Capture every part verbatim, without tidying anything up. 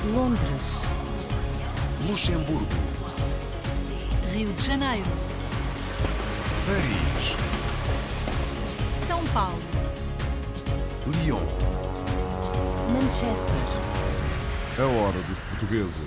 Londres. Luxemburgo. Rio de Janeiro. Paris. São Paulo. Lyon. Manchester. A hora dos portugueses.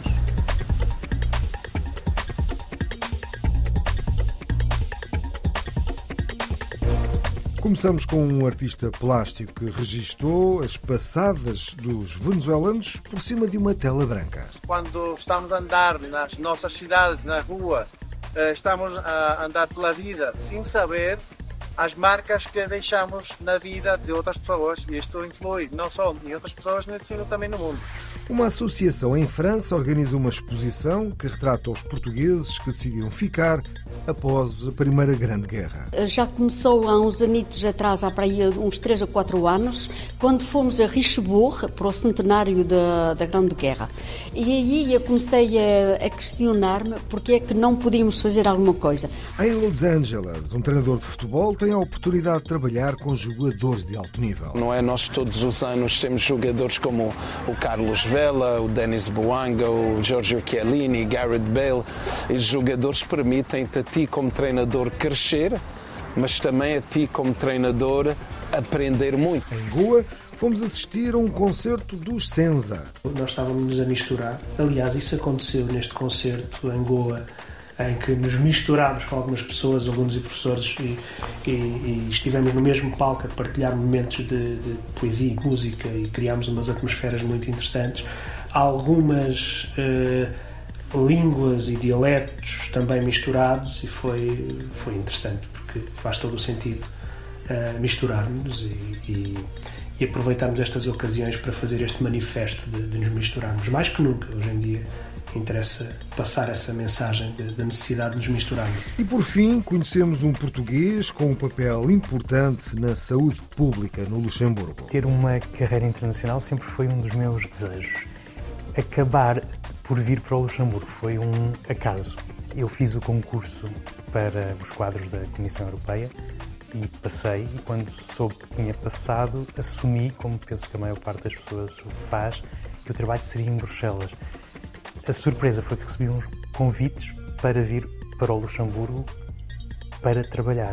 Começamos com um artista plástico que registou as passadas dos venezuelanos por cima de uma tela branca. Quando estamos a andar nas nossas cidades, na rua, estamos a andar pela vida sem saber as marcas que deixamos na vida de outras pessoas, e isto influi não só em outras pessoas, mas também no mundo. Uma associação em França organiza uma exposição que retrata os portugueses que decidiram ficar após a Primeira Grande Guerra. Já começou há uns anitos atrás, há para aí uns três a quatro anos, quando fomos a Richebourg para o centenário da, da Grande Guerra. E aí eu comecei a, a questionar-me porque é que não podíamos fazer alguma coisa. Em Los Angeles, um treinador de futebol tem a oportunidade de trabalhar com jogadores de alto nível. Não é? Nós todos os anos temos jogadores como o Carlos Vela, o Denis Bouanga, o Giorgio Chiellini, Gareth Bale. Esses jogadores permitem-te a ti como treinador crescer, mas também a ti como treinador aprender muito. Em Goa, fomos assistir a um concerto dos Senza. Nós estávamos a misturar. Aliás, isso aconteceu neste concerto em Goa, em que nos misturámos com algumas pessoas, alunos e professores, e, e, e estivemos no mesmo palco a partilhar momentos de, de poesia e música e criámos umas atmosferas muito interessantes. Algumas uh, línguas e dialetos também misturados, e foi, foi interessante, porque faz todo o sentido uh, misturar-nos e, e, e aproveitarmos estas ocasiões para fazer este manifesto de, de nos misturarmos. Mais que nunca, hoje em dia, interessa passar essa mensagem da necessidade de nos misturarmos. E por fim, conhecemos um português com um papel importante na saúde pública no Luxemburgo. Ter uma carreira internacional sempre foi um dos meus desejos. Acabar por vir para o Luxemburgo foi um acaso. Eu fiz o concurso para os quadros da Comissão Europeia e passei, e quando soube que tinha passado, assumi, como penso que a maior parte das pessoas o faz, que o trabalho seria em Bruxelas. A surpresa foi que recebi uns convites para vir para o Luxemburgo para trabalhar.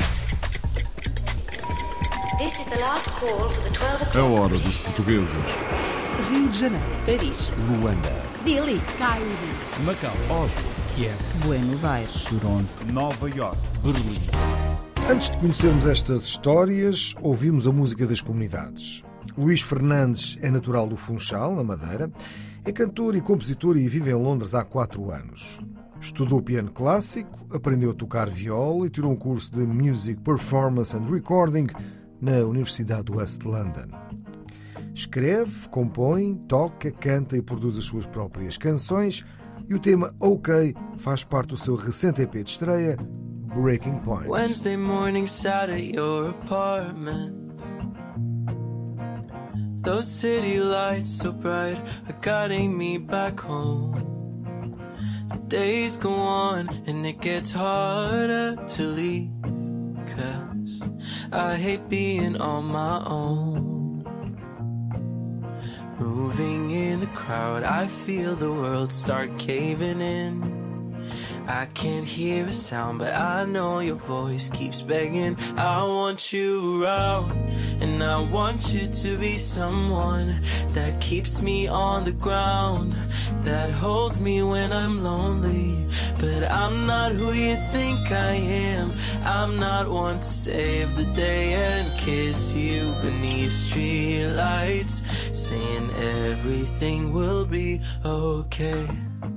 A hora dos portugueses. Rio de Janeiro. Paris. Luanda. Dili. Cairo. Macau. Oslo. Kiev. Buenos Aires. Toronto. Nova York. Berlim. Antes de conhecermos estas histórias, ouvimos a música das comunidades. Luís Fernandes é natural do Funchal, na Madeira. É cantor e compositor e vive em Londres há quatro anos. Estudou piano clássico, aprendeu a tocar viola e tirou um curso de Music Performance and Recording na Universidade do West London. Escreve, compõe, toca, canta e produz as suas próprias canções, e o tema OK faz parte do seu recente E P de estreia, Breaking Point. Wednesday morning sat at your apartment. Those city lights so bright are guiding me back home. The days go on and it gets harder to leave, 'cause I hate being on my own. Moving in the crowd, I feel the world start caving in. I can't hear a sound, but I know your voice keeps begging. I want you around, and I want you to be someone that keeps me on the ground, that holds me when I'm lonely. But I'm not who you think I am. I'm not one to save the day and kiss you beneath street lights, saying everything will be okay.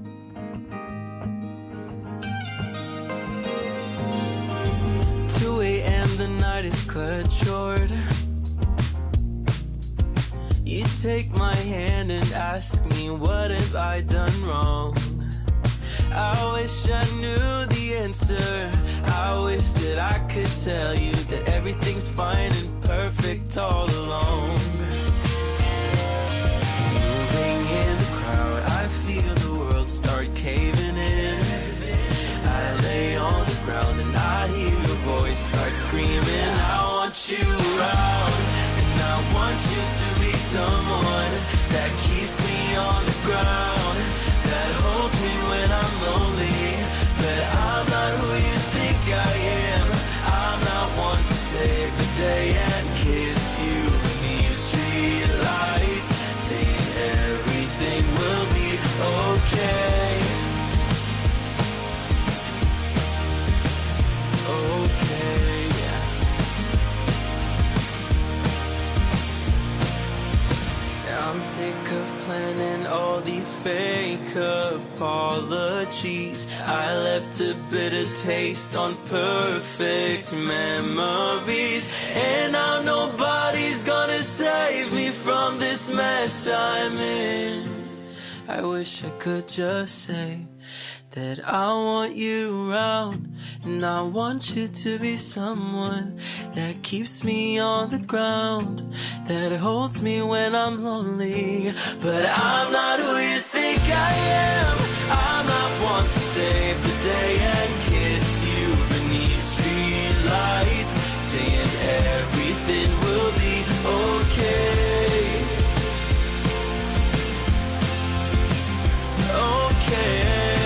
two a.m. the night is cut short. You take my hand and ask me what have I done wrong. I wish I knew the answer. I wish that I could tell you that everything's fine and perfect all along. Moving in the crowd, I feel the world start caving in. I lay on the ground and I hear your voice start screaming. I want you around, and I want you to be someone that keeps me on the ground. I'm sick of planning all these fake apologies. I left a bitter taste on perfect memories, and now nobody's gonna save me from this mess I'm in. I wish I could just say that I want you around, and I want you to be someone that keeps me on the ground, that holds me when I'm lonely. But I'm not who you think I am. I'm not one to save the day and kiss you beneath street lights, saying everything will be okay. Okay.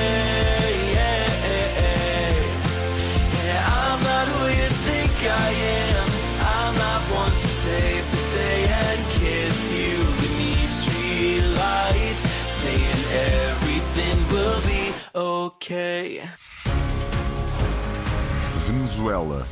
I am. I'm not one to save the day and kiss you beneath street lights, saying everything will be okay. Venezuela.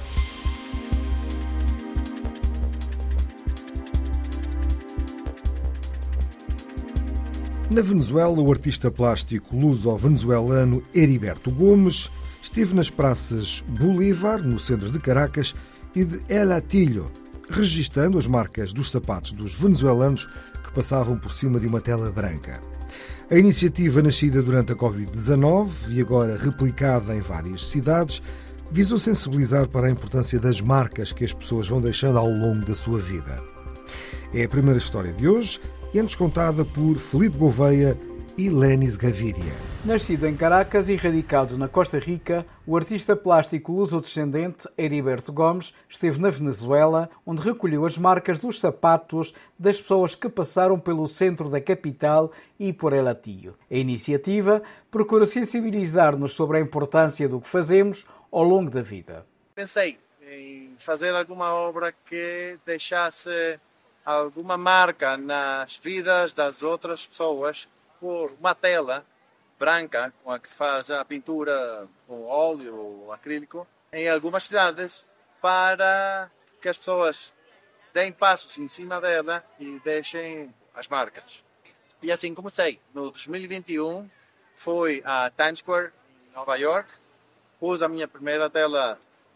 Na Venezuela, o artista plástico luso-venezuelano Heriberto Gomes esteve nas praças Bolívar, no centro de Caracas, e de El Hatillo, registando as marcas dos sapatos dos venezuelanos que passavam por cima de uma tela branca. A iniciativa, nascida durante a covid dezanove e agora replicada em várias cidades, visou sensibilizar para a importância das marcas que as pessoas vão deixando ao longo da sua vida. É a primeira história de hoje e é-nos contada por Filipe Gouveia e Lenis Gaviria. Nascido em Caracas e radicado na Costa Rica, o artista plástico luso-descendente Heriberto Gomes esteve na Venezuela, onde recolheu as marcas dos sapatos das pessoas que passaram pelo centro da capital e por El Hatillo. A iniciativa procura sensibilizar-nos sobre a importância do que fazemos ao longo da vida. Pensei em fazer alguma obra que deixasse alguma marca nas vidas das outras pessoas por uma tela branca com a que se faz a pintura com óleo ou acrílico em algumas cidades, para que as pessoas deem passos em cima dela e deixem as marcas. E assim comecei. No dois mil e vinte e um fui a Times Square, em Nova York, pus a minha primeira tela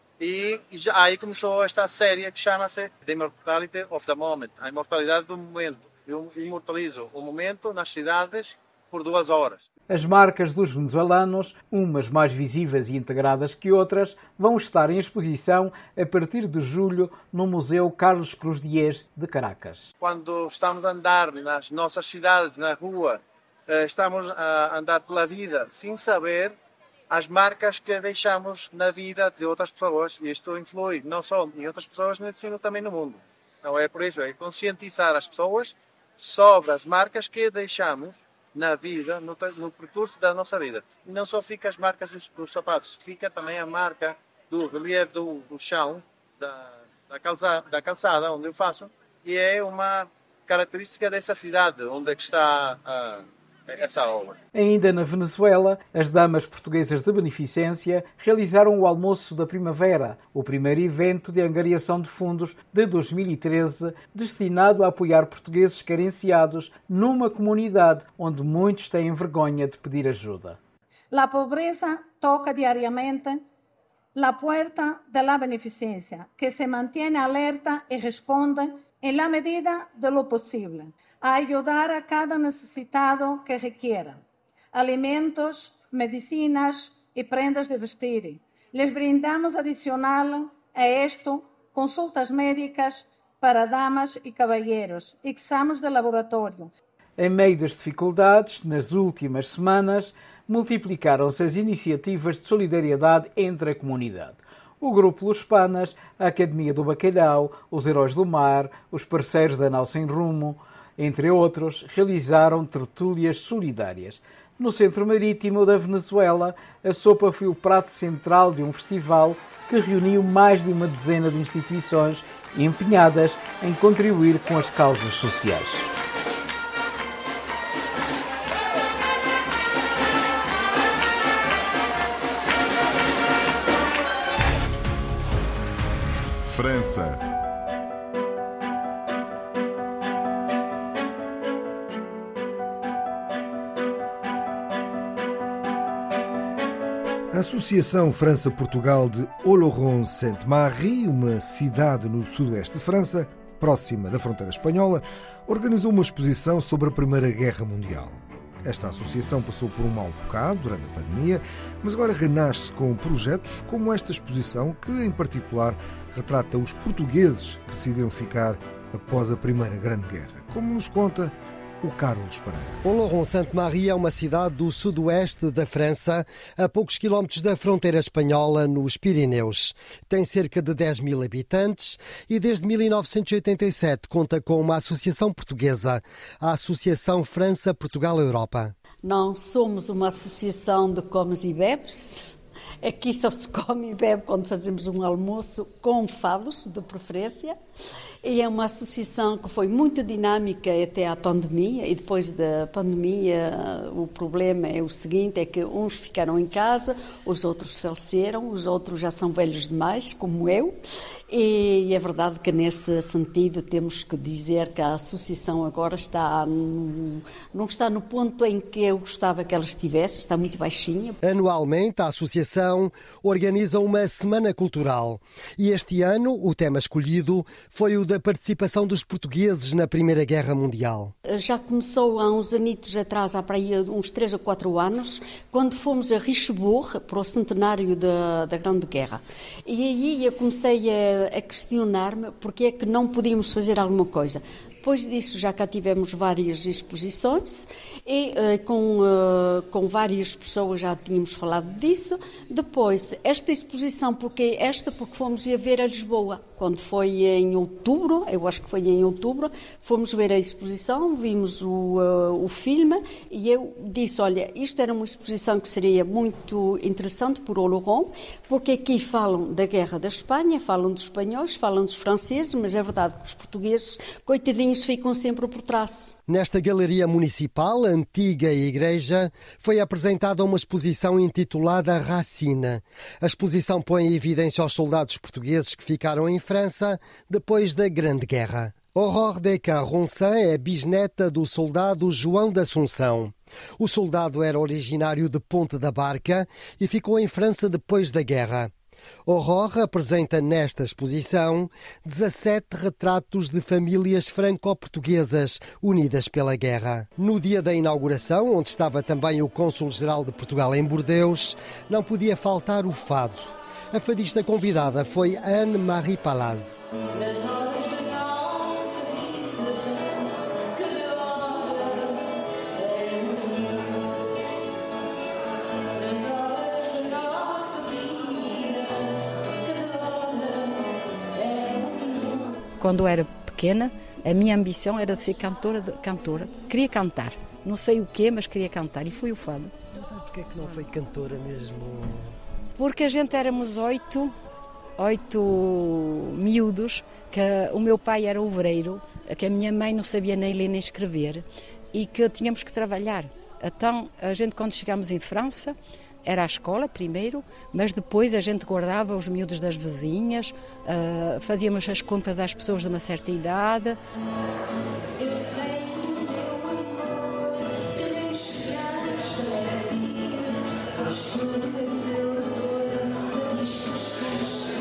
e, e já, aí começou esta série que chama-se The Immortality of the Moment, a imortalidade do momento. Eu imortalizo o momento nas cidades por duas horas. As marcas dos venezuelanos, umas mais visíveis e integradas que outras, vão estar em exposição a partir de julho no Museu Carlos Cruz Diez de Caracas. Quando estamos a andar nas nossas cidades, na rua, estamos a andar pela vida sem saber as marcas que deixamos na vida de outras pessoas, e isto influi não só em outras pessoas, mas sim também no mundo. Então é por isso, é conscientizar as pessoas sobre as marcas que deixamos na vida, no, no percurso da nossa vida. E não só fica as marcas dos, dos sapatos, fica também a marca do relieve do, do chão, da, da, calçada, da calçada onde eu faço, e é uma característica dessa cidade onde é que está a essa obra. Ainda na Venezuela, as damas portuguesas de beneficência realizaram o Almoço da Primavera, o primeiro evento de angariação de fundos de dois mil e treze, destinado a apoiar portugueses carenciados numa comunidade onde muitos têm vergonha de pedir ajuda. A pobreza toca diariamente a porta da beneficência, que se mantém alerta e responde em la medida de lo possível a ajudar a cada necessitado que requiera alimentos, medicinas e prendas de vestir. Les brindamos adicional a esto consultas médicas para damas e caballeros, exames de laboratório. Em meio das dificuldades, nas últimas semanas, multiplicaram-se as iniciativas de solidariedade entre a comunidade. O Grupo Los Panas, a Academia do Bacalhau, os Heróis do Mar, os Parceiros da Nau Sem Rumo, entre outros, realizaram tertúlias solidárias. No Centro Marítimo da Venezuela, a sopa foi o prato central de um festival que reuniu mais de uma dezena de instituições empenhadas em contribuir com as causas sociais. França. A Associação França-Portugal de Oloron-Sainte-Marie, uma cidade no sudoeste de França, próxima da fronteira espanhola, organizou uma exposição sobre a Primeira Guerra Mundial. Esta associação passou por um mau bocado durante a pandemia, mas agora renasce com projetos como esta exposição, que, em particular, retrata os portugueses que decidiram ficar após a Primeira Grande Guerra, como nos conta o Carlos Pereira. Oloron-Sainte-Marie é uma cidade do sudoeste da França, a poucos quilómetros da fronteira espanhola, nos Pirineus. Tem cerca de dez mil habitantes e desde mil novecentos e oitenta e sete conta com uma associação portuguesa, a Associação França-Portugal-Europa. Não somos uma associação de comes e bebes. Aqui só se come e bebe quando fazemos um almoço com fados, de preferência. E é uma associação que foi muito dinâmica até à pandemia, e depois da pandemia o problema é o seguinte, é que uns ficaram em casa, os outros faleceram, os outros já são velhos demais, como eu, e é verdade que nesse sentido temos que dizer que a associação agora está no, não está no ponto em que eu gostava que ela estivesse, está muito baixinha. Anualmente a associação organiza uma semana cultural e este ano o tema escolhido foi o da participação dos portugueses na Primeira Guerra Mundial. Já começou há uns anitos atrás, há para aí uns três ou quatro anos, quando fomos a Richebourg para o centenário da, da Grande Guerra. E aí eu comecei a, a questionar-me porque é que não podíamos fazer alguma coisa. Depois disso já cá tivemos várias exposições e uh, com, uh, com várias pessoas já tínhamos falado disso. Depois, esta exposição, porque esta porque fomos a ver a Lisboa, quando foi em outubro, eu acho que foi em outubro, fomos ver a exposição, vimos o, uh, o filme e eu disse, olha, isto era uma exposição que seria muito interessante por Oloron, porque aqui falam da Guerra da Espanha, falam dos espanhóis, falam dos franceses, mas é verdade que os portugueses, coitadinhos, ficam sempre por trás. Nesta galeria municipal, a antiga igreja, foi apresentada uma exposição intitulada Racine. A exposição põe em evidência os soldados portugueses que ficaram em França depois da Grande Guerra. Aurore Descartes-Ronsin é bisneta do soldado João da Assunção. O soldado era originário de Ponte da Barca e ficou em França depois da guerra. Aurore apresenta nesta exposição dezassete retratos de famílias franco-portuguesas unidas pela guerra. No dia da inauguração, onde estava também o cônsul-geral de Portugal em Bordeus, não podia faltar o fado. A fadista convidada foi Anne-Marie Palaz. Quando eu era pequena, a minha ambição era de ser cantora, de, cantora. Queria cantar. Não sei o quê, mas queria cantar. E foi o fado. Então, porquê é que não foi cantora mesmo? Porque a gente éramos oito, oito miúdos, que o meu pai era ouvreiro, que a minha mãe não sabia nem ler nem escrever e que tínhamos que trabalhar. Então, a gente, quando chegámos em França, era a escola primeiro, mas depois a gente guardava os miúdos das vizinhas, uh, fazíamos as compras às pessoas de uma certa idade. Eu sei meu amor, que nem chegaste a ti, pois tudo meu amor, diz que chegaste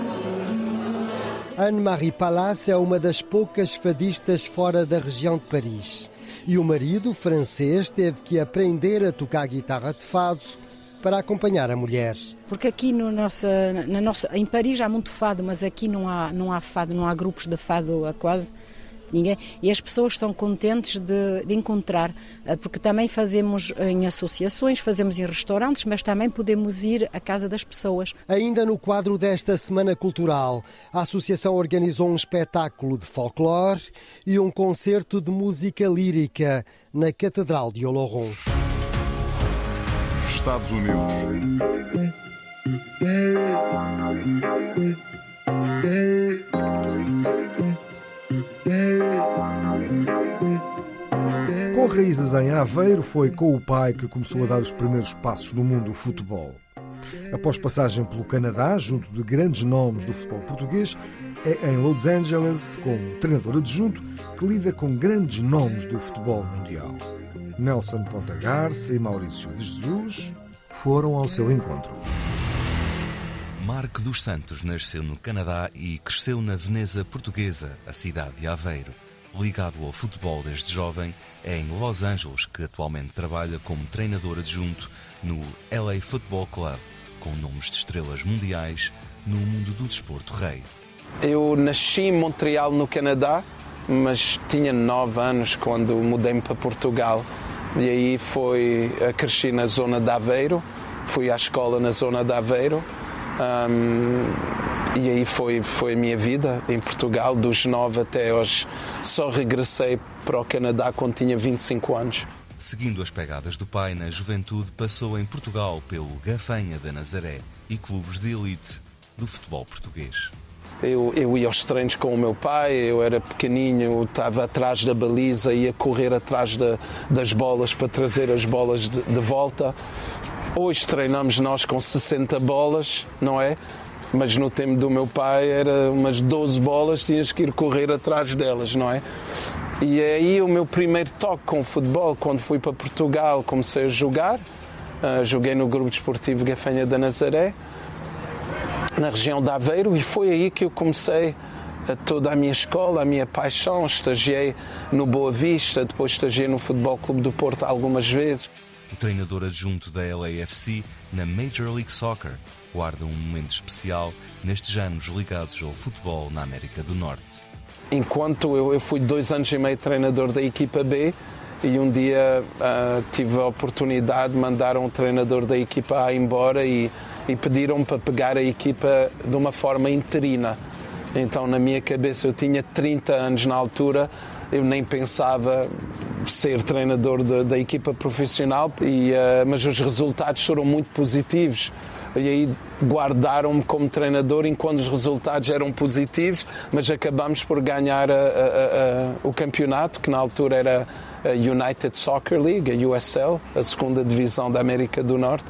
a Anne-Marie Palaz é uma das poucas fadistas fora da região de Paris. E o marido, francês, teve que aprender a tocar guitarra de fado para acompanhar a mulher. Porque aqui no nossa, na nossa, em Paris há muito fado, mas aqui não há, não há fado, não há grupos de fado a quase ninguém. E as pessoas estão contentes de, de encontrar, porque também fazemos em associações, fazemos em restaurantes, mas também podemos ir à casa das pessoas. Ainda no quadro desta Semana Cultural, a associação organizou um espetáculo de folclore e um concerto de música lírica na Catedral de Oloron. Estados Unidos. Com raízes em Aveiro, foi com o pai que começou a dar os primeiros passos no mundo do futebol. Após passagem pelo Canadá, junto de grandes nomes do futebol português, é em Los Angeles, como treinador adjunto, que lida com grandes nomes do futebol mundial. Nelson Ponta Garça e Maurício de Jesus, foram ao seu encontro. Marco dos Santos nasceu no Canadá e cresceu na Veneza portuguesa, a cidade de Aveiro. Ligado ao futebol desde jovem, é em Los Angeles que atualmente trabalha como treinador adjunto no L A Football Club, com nomes de estrelas mundiais no mundo do desporto rei. Eu nasci em Montreal, no Canadá, mas tinha nove anos quando mudei-me para Portugal. E aí foi, cresci na zona de Aveiro, fui à escola na zona de Aveiro. Um, e aí foi, foi a minha vida em Portugal, dos nove até hoje. Só regressei para o Canadá quando tinha vinte e cinco anos. Seguindo as pegadas do pai, na juventude passou em Portugal pelo Gafanha da Nazaré e clubes de elite do futebol português. Eu, eu ia aos treinos com o meu pai, eu era pequenino, eu estava atrás da baliza, ia correr atrás da, das bolas para trazer as bolas de, de volta. Hoje treinamos nós com sessenta bolas, não é? Mas no tempo do meu pai era umas doze bolas, tinhas que ir correr atrás delas, não é? E é aí o meu primeiro toque com o futebol, quando fui para Portugal, comecei a jogar. Uh, joguei no grupo desportivo Gafanha da Nazaré, na região de Aveiro, e foi aí que eu comecei a toda a minha escola, a minha paixão. Estagiei no Boa Vista, depois estagiei no Futebol Clube do Porto algumas vezes. O treinador adjunto da L A F C na Major League Soccer guarda um momento especial nestes anos ligados ao futebol na América do Norte. Enquanto eu, eu fui dois anos e meio treinador da equipa B, e um dia uh, tive a oportunidade de mandar um treinador da equipa A embora e, e pediram-me para pegar a equipa de uma forma interina. Então, na minha cabeça, eu tinha trinta anos na altura, eu nem pensava ser treinador de, da equipa profissional, e, uh, mas os resultados foram muito positivos. E aí guardaram-me como treinador enquanto os resultados eram positivos, mas acabamos por ganhar a, a, a, o campeonato, que na altura era a United Soccer League, a U S L, a segunda divisão da América do Norte.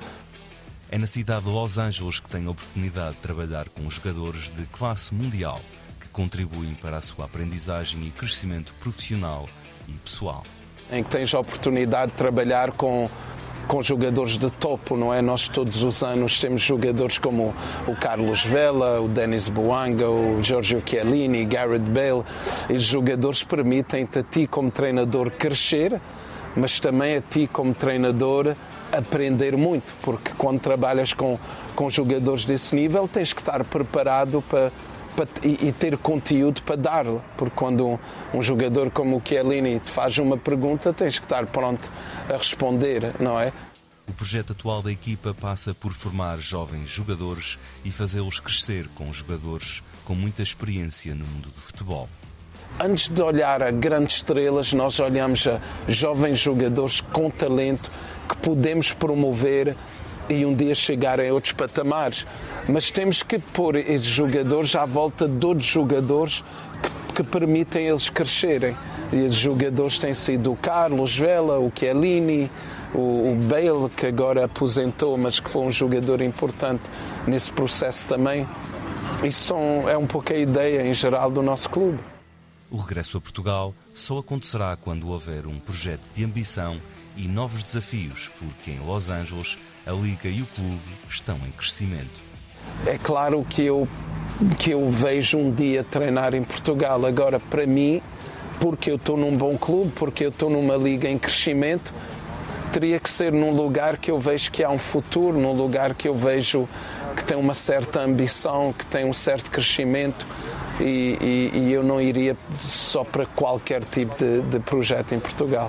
É na cidade de Los Angeles que tem a oportunidade de trabalhar com jogadores de classe mundial que contribuem para a sua aprendizagem e crescimento profissional e pessoal. Em que tens a oportunidade de trabalhar com com jogadores de topo, não é? Nós todos os anos temos jogadores como o Carlos Vela, o Denis Bouanga, o Giorgio Chiellini, Gareth Bale. Esses jogadores permitem-te a ti como treinador crescer, mas também a ti como treinador aprender muito, porque quando trabalhas com, com jogadores desse nível tens que estar preparado para Para, e, e ter conteúdo para dar, porque quando um, um jogador como o Chiellini te faz uma pergunta, tens que estar pronto a responder, não é? O projeto atual da equipa passa por formar jovens jogadores e fazê-los crescer com jogadores com muita experiência no mundo do futebol. Antes de olhar a grandes estrelas, nós olhamos a jovens jogadores com talento que podemos promover e um dia chegarem a outros patamares. Mas temos que pôr esses jogadores à volta de outros jogadores que, que permitem eles crescerem. E esses jogadores têm sido o Carlos Vela, o Chiellini, o, o Bale, que agora aposentou, mas que foi um jogador importante nesse processo também. Isso são, é um pouco a ideia em geral do nosso clube. O regresso a Portugal só acontecerá quando houver um projeto de ambição e novos desafios, porque em Los Angeles a Liga e o clube estão em crescimento. É claro que eu, que eu vejo um dia treinar em Portugal. Agora, para mim, porque eu estou num bom clube, porque eu estou numa liga em crescimento, teria que ser num lugar que eu vejo que há um futuro, num lugar que eu vejo que tem uma certa ambição, que tem um certo crescimento, e, e, e eu não iria só para qualquer tipo de, de projeto em Portugal.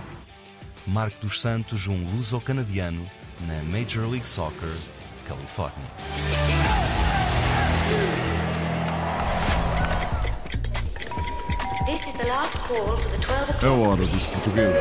Marco dos Santos, um luso-canadiano na Major League Soccer, Califórnia. A hora dos portugueses.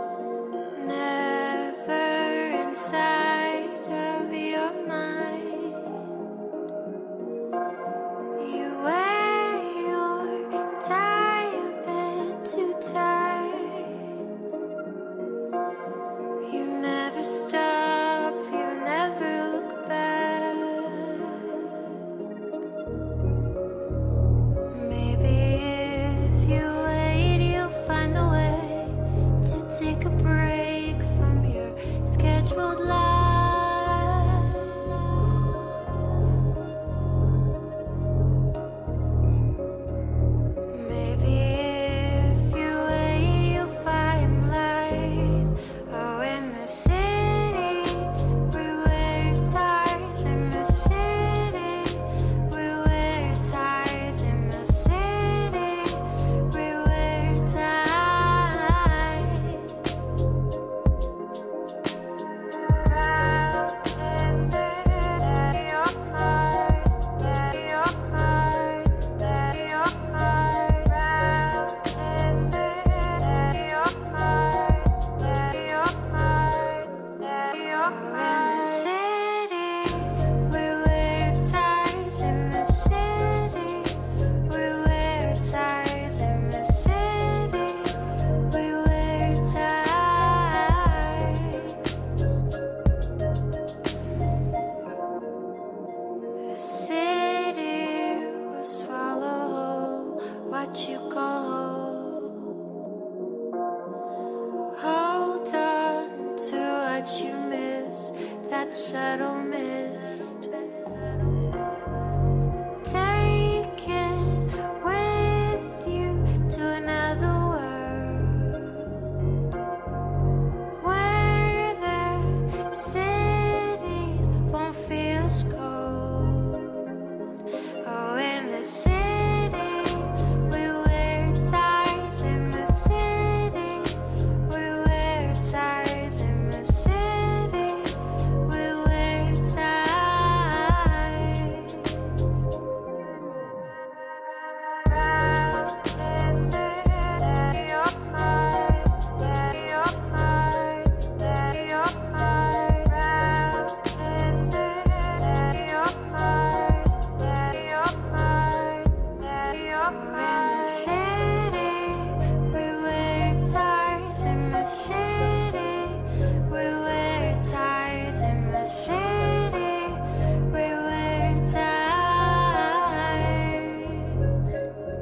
Never inside of your mind.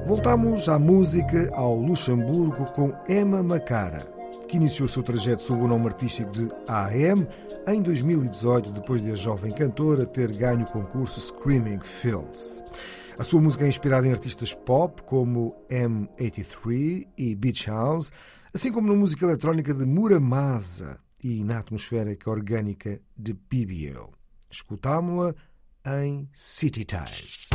Voltamos à música ao Luxemburgo com Emma Makara, que iniciou o seu trajeto sob o nome artístico de A M em dois mil e dezoito, depois de a jovem cantora ter ganho o concurso Screaming Fields. A sua música é inspirada em artistas pop como M oitenta e três e Beach House, assim como na música eletrónica de Muramasa e na atmosférica orgânica de B B O. Escutámo-la em City Tide.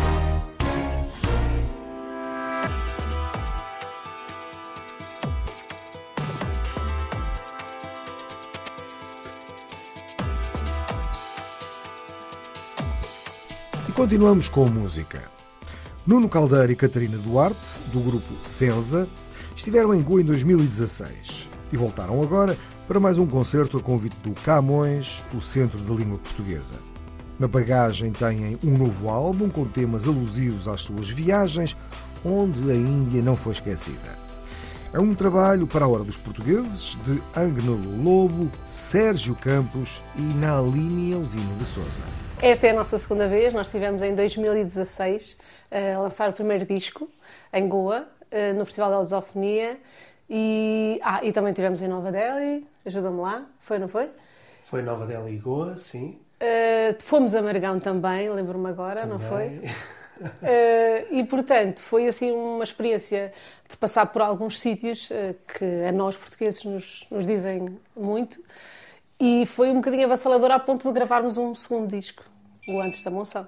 E continuamos com música. Nuno Caldeira e Catarina Duarte, do grupo Senza, estiveram em Goa em dois mil e dezasseis e voltaram agora para mais um concerto a convite do Camões, o Centro da Língua Portuguesa. Na bagagem têm um novo álbum com temas alusivos às suas viagens, onde a Índia não foi esquecida. É um trabalho para a hora dos portugueses de Agnolo Lobo, Sérgio Campos e Naline Elvino de Sousa. Esta é a nossa segunda vez. Nós estivemos em dois mil e dezasseis a lançar o primeiro disco em Goa, no Festival da Lusofonia, e, ah, e também estivemos em Nova Delhi. Ajuda-me lá, foi, não foi? Foi Nova Delhi e Goa, sim. Uh, fomos a Margão também, lembro-me agora, também. Não foi? Uh, e, portanto, foi assim uma experiência de passar por alguns sítios uh, que a nós, portugueses, nos, nos dizem muito, e foi um bocadinho avassalador a ponto de gravarmos um segundo disco, o Antes da Monção.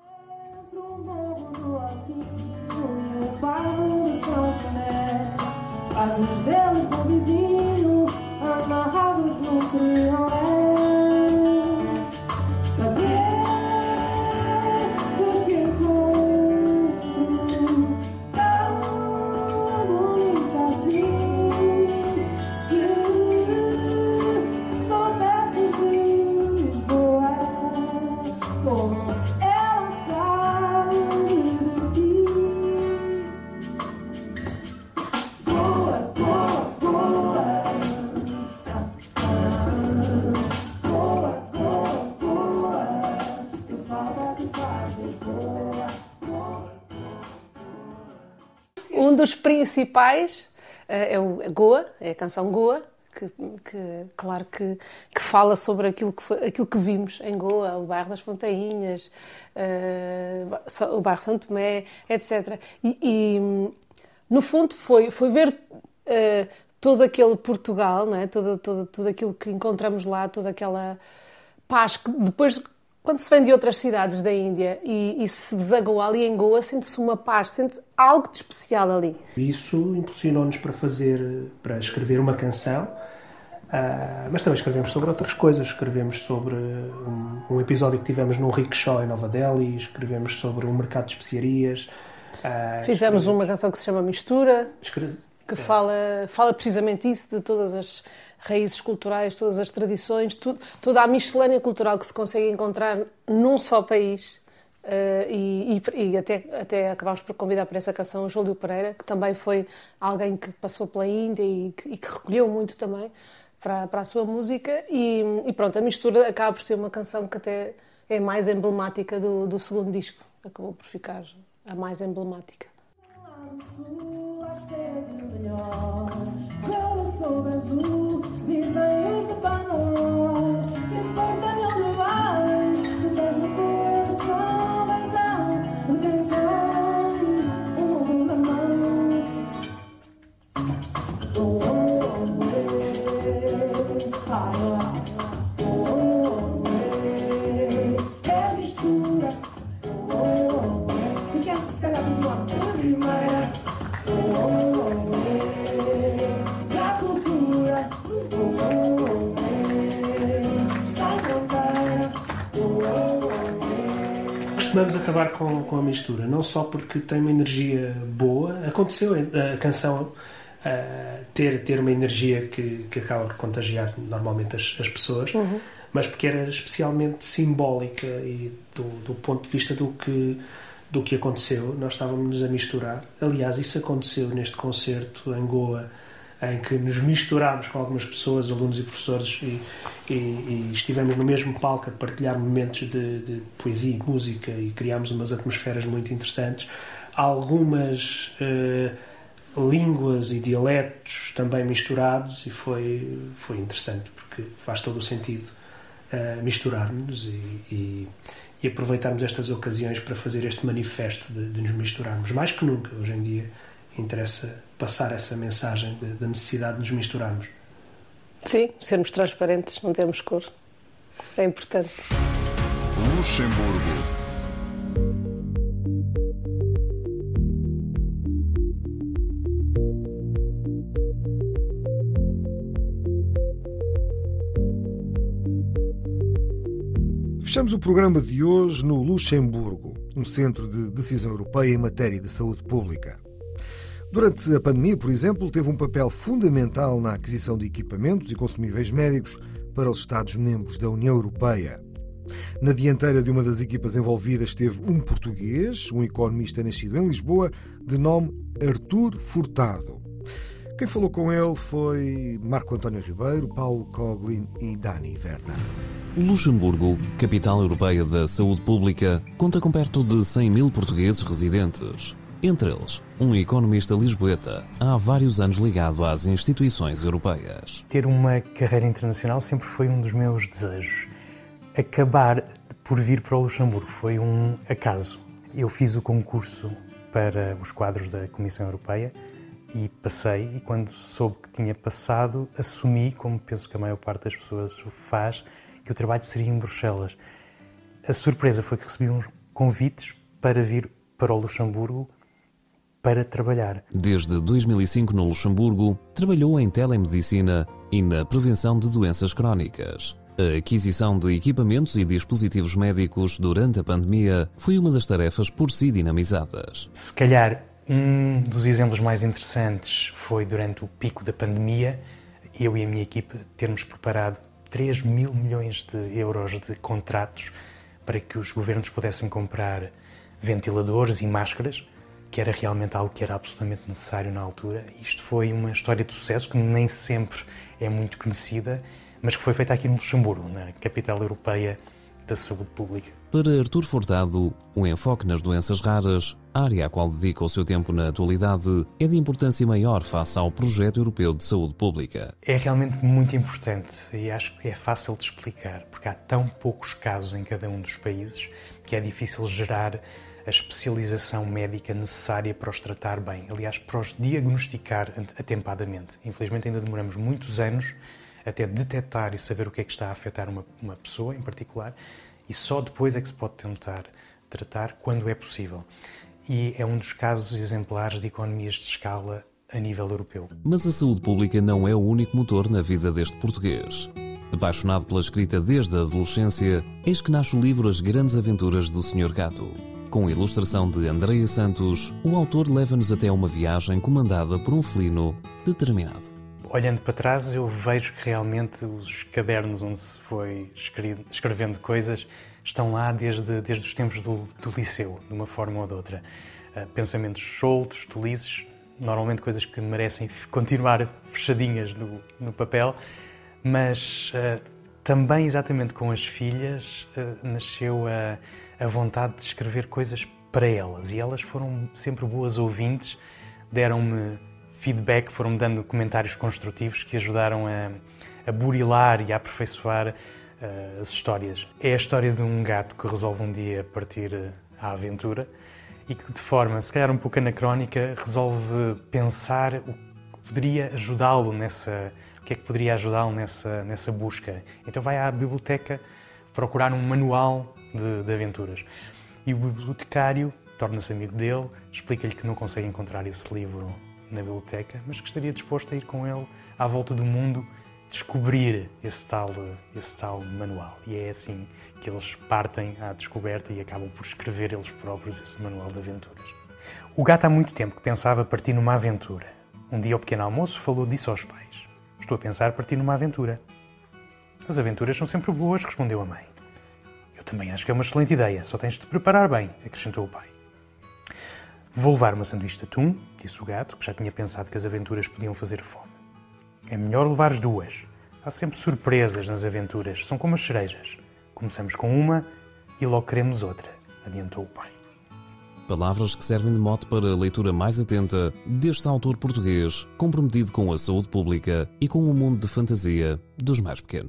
Faz os dedos do vizinho amarrados no criolé. Saber que te encontro tão bonita assim. Se soubesses de Lisboa, como ela sabe de ti. Um dos principais uh, é o Goa, é a canção Goa, que, que claro que, que fala sobre aquilo que, foi, aquilo que vimos em Goa, o bairro das Fontainhas, uh, o bairro Santo Tomé, etcétera. E, e no fundo foi, foi ver uh, todo aquele Portugal, não é? todo, todo, tudo aquilo que encontramos lá, toda aquela paz que depois... Quando se vem de outras cidades da Índia e, e se desagoa ali em Goa, sente-se uma paz, sente algo de especial ali. Isso impulsionou-nos para fazer, para escrever uma canção, uh, mas também escrevemos sobre outras coisas. Escrevemos sobre um, um episódio que tivemos num rickshaw em Nova Delhi, escrevemos sobre um mercado de especiarias. Uh, Fizemos uma canção que se chama Mistura, Escreve... que fala, fala precisamente isso, de todas as raízes culturais, todas as tradições, tudo, toda a miscelânea cultural que se consegue encontrar num só país. Uh, e, e, e até, até acabámos por convidar para essa canção o Júlio Pereira, que também foi alguém que passou pela Índia e que, e que recolheu muito também para, para a sua música. E, e pronto, a Mistura acaba por ser uma canção que até é mais emblemática do, do segundo disco. Acabou por ficar a mais emblemática. Sobre azul, desenhos de pano, que importa de onde vais, se tens no coração razão, quem tem o mundo na mão. Oh, oh, oh, oh, oh, é mistura, oh, oh, oh, e quer que se calhar tudo lá pela primeira, oh, oh, Costumamos acabar com, com a mistura, não só porque tem uma energia boa, aconteceu a canção uh, ter, ter uma energia que, que acaba por contagiar normalmente as, as pessoas, uhum. mas porque era especialmente simbólica e do, do ponto de vista do que, do que aconteceu, nós estávamos a misturar. Aliás, isso aconteceu neste concerto em Goa, em que nos misturámos com algumas pessoas, alunos e professores, e, e, e estivemos no mesmo palco a partilhar momentos de, de poesia e música e criámos umas atmosferas muito interessantes. algumas uh, línguas e dialetos também misturados, e foi, foi interessante, porque faz todo o sentido uh, misturar-nos e, e, e aproveitarmos estas ocasiões para fazer este manifesto de, de nos misturarmos. Mais que nunca, hoje em dia, interessa passar essa mensagem da necessidade de nos misturarmos. Sim, sermos transparentes, não termos cor. É importante. Luxemburgo. Fechamos o programa de hoje no Luxemburgo, um centro de decisão europeia em matéria de saúde pública. Durante a pandemia, por exemplo, teve um papel fundamental na aquisição de equipamentos e consumíveis médicos para os Estados-membros da União Europeia. Na dianteira de uma das equipas envolvidas esteve um português, um economista nascido em Lisboa, de nome Artur Furtado. Quem falou com ele foi Marco António Ribeiro, Paulo Coglin e Dani Verda. Luxemburgo, capital europeia da saúde pública, conta com perto de cem mil portugueses residentes. Entre eles, um economista lisboeta, há vários anos ligado às instituições europeias. Ter uma carreira internacional sempre foi um dos meus desejos. Acabar por vir para o Luxemburgo foi um acaso. Eu fiz o concurso para os quadros da Comissão Europeia e passei, e quando soube que tinha passado, assumi, como penso que a maior parte das pessoas o faz, que o trabalho seria em Bruxelas. A surpresa foi que recebi uns convites para vir para o Luxemburgo para trabalhar. Desde dois mil e cinco no Luxemburgo, trabalhou em telemedicina e na prevenção de doenças crónicas. A aquisição de equipamentos e dispositivos médicos durante a pandemia foi uma das tarefas por si dinamizadas. Se calhar um dos exemplos mais interessantes foi durante o pico da pandemia, eu e a minha equipe termos preparado três mil milhões de euros de contratos para que os governos pudessem comprar ventiladores e máscaras, que era realmente algo que era absolutamente necessário na altura. Isto foi uma história de sucesso que nem sempre é muito conhecida, mas que foi feita aqui no Luxemburgo, na capital europeia da saúde pública. Para Artur Furtado, o enfoque nas doenças raras, área à qual dedica o seu tempo na atualidade, é de importância maior face ao projeto europeu de saúde pública. É realmente muito importante e acho que é fácil de explicar, porque há tão poucos casos em cada um dos países que é difícil gerar a especialização médica necessária para os tratar bem, aliás, para os diagnosticar atempadamente. Infelizmente ainda demoramos muitos anos até detectar e saber o que é que está a afetar uma, uma pessoa em particular, e só depois é que se pode tentar tratar quando é possível. E é um dos casos exemplares de economias de escala a nível europeu. Mas a saúde pública não é o único motor na vida deste português. Apaixonado pela escrita desde a adolescência, eis que nasce o livro As Grandes Aventuras do senhor Gato. Com a ilustração de Andreia Santos, o autor leva-nos até uma viagem comandada por um felino determinado. Olhando para trás, eu vejo que realmente os cadernos onde se foi escrevendo coisas estão lá desde, desde os tempos do, do liceu, de uma forma ou de outra. Uh, pensamentos soltos, tolices, normalmente coisas que merecem continuar fechadinhas no, no papel, mas uh, também exatamente com as filhas uh, nasceu a, a vontade de escrever coisas para elas, e elas foram sempre boas ouvintes, deram-me feedback, foram-me dando comentários construtivos que ajudaram a, a burilar e a aperfeiçoar uh, as histórias. É a história de um gato que resolve um dia partir à aventura e que, de forma, se calhar um pouco anacrónica, resolve pensar o que poderia ajudá-lo nessa, o que é que poderia ajudá-lo nessa, nessa busca. Então vai à biblioteca procurar um manual de, de aventuras. E o bibliotecário torna-se amigo dele, explica-lhe que não consegue encontrar esse livro na biblioteca, mas que estaria disposto a ir com ele à volta do mundo descobrir esse tal, esse tal manual. E é assim que eles partem à descoberta e acabam por escrever eles próprios esse manual de aventuras. O gato há muito tempo que pensava partir numa aventura. Um dia ao pequeno almoço falou disso aos pais. Estou a pensar partir numa aventura. As aventuras são sempre boas, respondeu a mãe. Eu também acho que é uma excelente ideia, só tens de te preparar bem, acrescentou o pai. Vou levar uma sanduíche de atum, disse o gato, que já tinha pensado que as aventuras podiam fazer fome. É melhor levar duas. Há sempre surpresas nas aventuras, são como as cerejas. Começamos com uma e logo queremos outra, adiantou o pai. palavras que servem de mote para a leitura mais atenta deste autor português comprometido com a saúde pública e com o mundo de fantasia dos mais pequenos.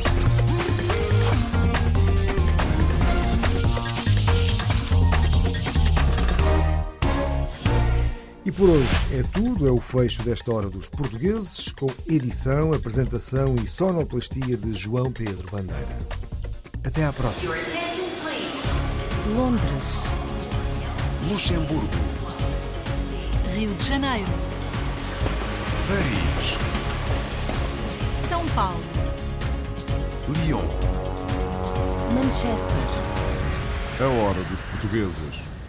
E por hoje é tudo, é o fecho desta Hora dos Portugueses, com edição, apresentação e sonoplastia de João Pedro Bandeira. Até à próxima. Londres, Luxemburgo, Rio de Janeiro, Paris, São Paulo, Lyon. Manchester. A Hora dos Portugueses.